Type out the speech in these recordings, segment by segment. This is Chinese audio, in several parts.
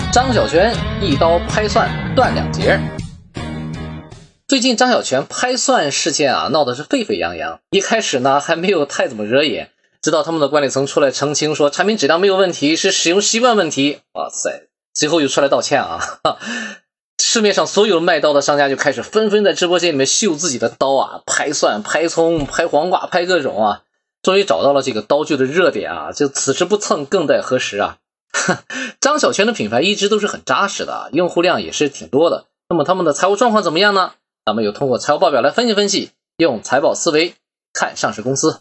张小泉一刀拍蒜断两截。最近张小泉拍蒜事件啊，闹得是沸沸扬扬。一开始呢还没有太怎么惹眼，直到他们的管理层出来澄清说产品质量没有问题，是使用习惯问题。哇塞，随后又出来道歉啊。市面上所有卖刀的商家就开始纷纷在直播间里面秀自己的刀啊，拍蒜、拍葱、拍黄瓜、拍各种啊。终于找到了这个刀具的热点啊，就此时不蹭更待何时啊。张小泉的品牌一直都是很扎实的，用户量也是挺多的。那么他们的财务状况怎么样呢？咱们有通过财务报表来分析分析，用财报思维看上市公司。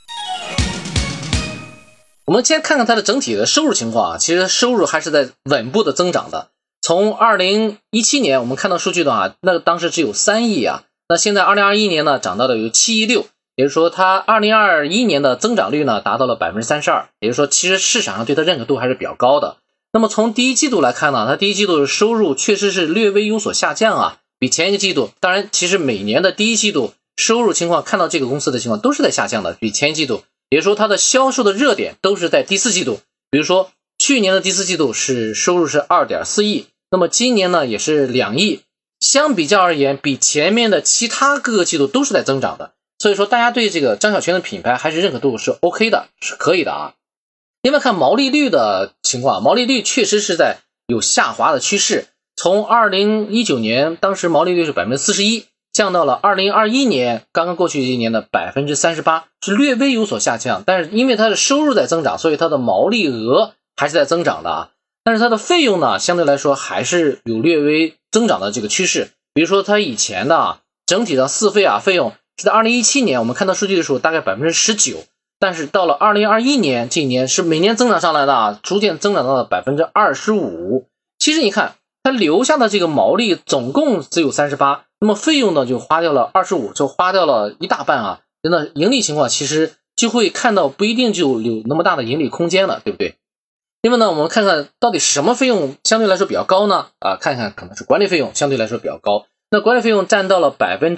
我们先看看它的整体的收入情况啊，其实收入还是在稳步的增长的。从2017年我们看到数据的话，那当时只有3亿啊，那现在2021年呢涨到了有7亿6，也就是说它2021年的增长率呢达到了 32%， 也就是说其实市场上对它认可度还是比较高的。那么从第一季度来看呢，它第一季度的收入确实是略微有所下降啊，比前一个季度，当然其实每年的第一季度收入情况看到这个公司的情况都是在下降的，比前一季度，也就是说它的销售的热点都是在第四季度。比如说去年的第四季度是收入是 2.4 亿，那么今年呢也是2亿，相比较而言比前面的其他各个季度都是在增长的。所以说大家对这个张小泉的品牌还是认可度是 OK 的，是可以的啊。另外看毛利率的情况，毛利率确实是在有下滑的趋势，从2019年当时毛利率是 41%， 降到了2021年刚刚过去一年的 38%， 是略微有所下降，但是因为它的收入在增长，所以它的毛利额还是在增长的啊。但是它的费用呢相对来说还是有略微增长的这个趋势。比如说它以前的啊整体的四费啊费用是在2017年我们看到数据的时候大概 19%， 但是到了2021年这一年是每年增长上来的啊，逐渐增长到了 25%。 其实你看它留下的这个毛利总共只有 38%， 那么费用呢就花掉了 25%， 就花掉了一大半啊。那盈利情况其实就会看到不一定就有那么大的盈利空间了，对不对？另外呢，我们看看到底什么费用相对来说比较高呢？看看可能是管理费用相对来说比较高。那管理费用占到了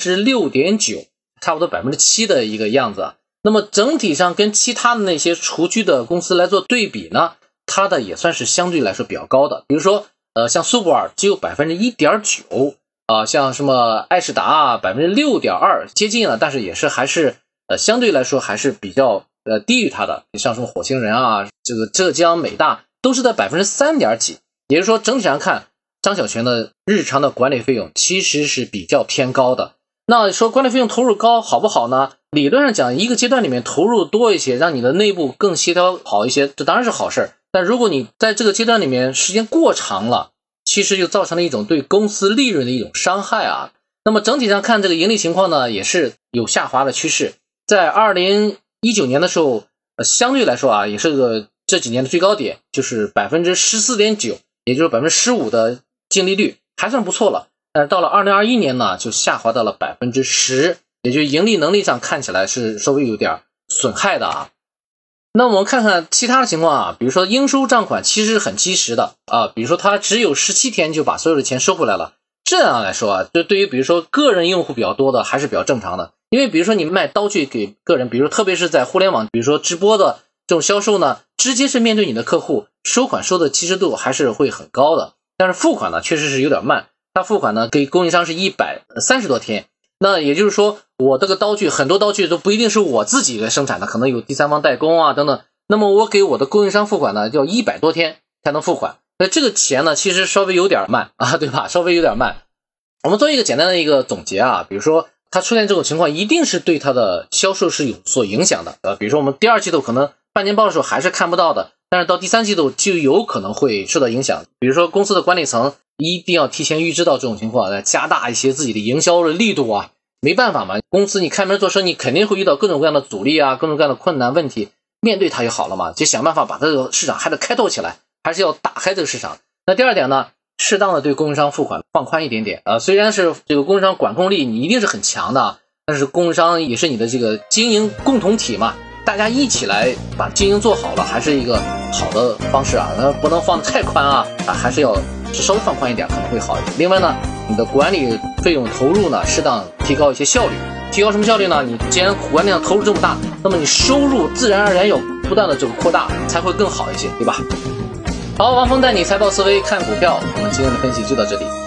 6.9%， 差不多 7% 的一个样子啊。那么整体上跟其他的那些厨具的公司来做对比呢，它的也算是相对来说比较高的。比如说像苏泊尔只有 1.9%， 像什么爱仕达啊 6.2%， 接近了，但是也是还是相对来说还是比较低于它的。像什么火星人啊，这个浙江美大都是在 3. 几，也就是说整体上看张小泉的日常的管理费用其实是比较偏高的。那说管理费用投入高好不好呢？理论上讲一个阶段里面投入多一些，让你的内部更协调好一些，这当然是好事。但如果你在这个阶段里面时间过长了，其实就造成了一种对公司利润的一种伤害啊。那么整体上看这个盈利情况呢也是有下滑的趋势，在2019年的时候相对来说啊也是个这几年的最高点，就是 14.9%， 也就是 15% 的净利率，还算不错了。但是到了2021年呢就下滑到了 10%， 也就是盈利能力上看起来是稍微有点损害的啊。那我们看看其他的情况啊，比如说应收账款其实很及时的啊，比如说它只有17天就把所有的钱收回来了。这样来说啊，对于比如说个人用户比较多的还是比较正常的。因为比如说你卖刀具给个人，比如说特别是在互联网比如说直播的这种销售呢，直接是面对你的客户，收款收的及时度还是会很高的。但是付款呢确实是有点慢，它付款呢给供应商是130多天。那也就是说我这个刀具很多刀具都不一定是我自己来生产的，可能有第三方代工啊等等，那么我给我的供应商付款呢要100多天才能付款，那这个钱呢其实稍微有点慢啊，对吧？稍微有点慢。我们做一个简单的一个总结啊，比如说它出现这种情况一定是对它的销售是有所影响的，比如说我们第二季度可能半年报的时候还是看不到的，但是到第三季度就有可能会受到影响。比如说公司的管理层一定要提前预知到这种情况，来加大一些自己的营销的力度啊。没办法嘛，公司你开门做生意肯定会遇到各种各样的阻力啊，各种各样的困难问题，面对它就好了嘛，就想办法把这个市场还得开拓起来，还是要打开这个市场。那第二点呢，适当的对供应商付款放宽一点点虽然是这个供应商管控力你一定是很强的，但是供应商也是你的这个经营共同体嘛，大家一起来把经营做好了，还是一个好的方式啊，那不能放得太宽啊，还是要稍微放宽一点可能会好一点。另外呢，你的管理费用投入呢适当提高一些效率。提高什么效率呢？你既然管理上投入这么大，那么你收入自然而然要不断的这个扩大，才会更好一些，对吧？ 好，王峰带你财报思维看股票，我们今天的分析就到这里。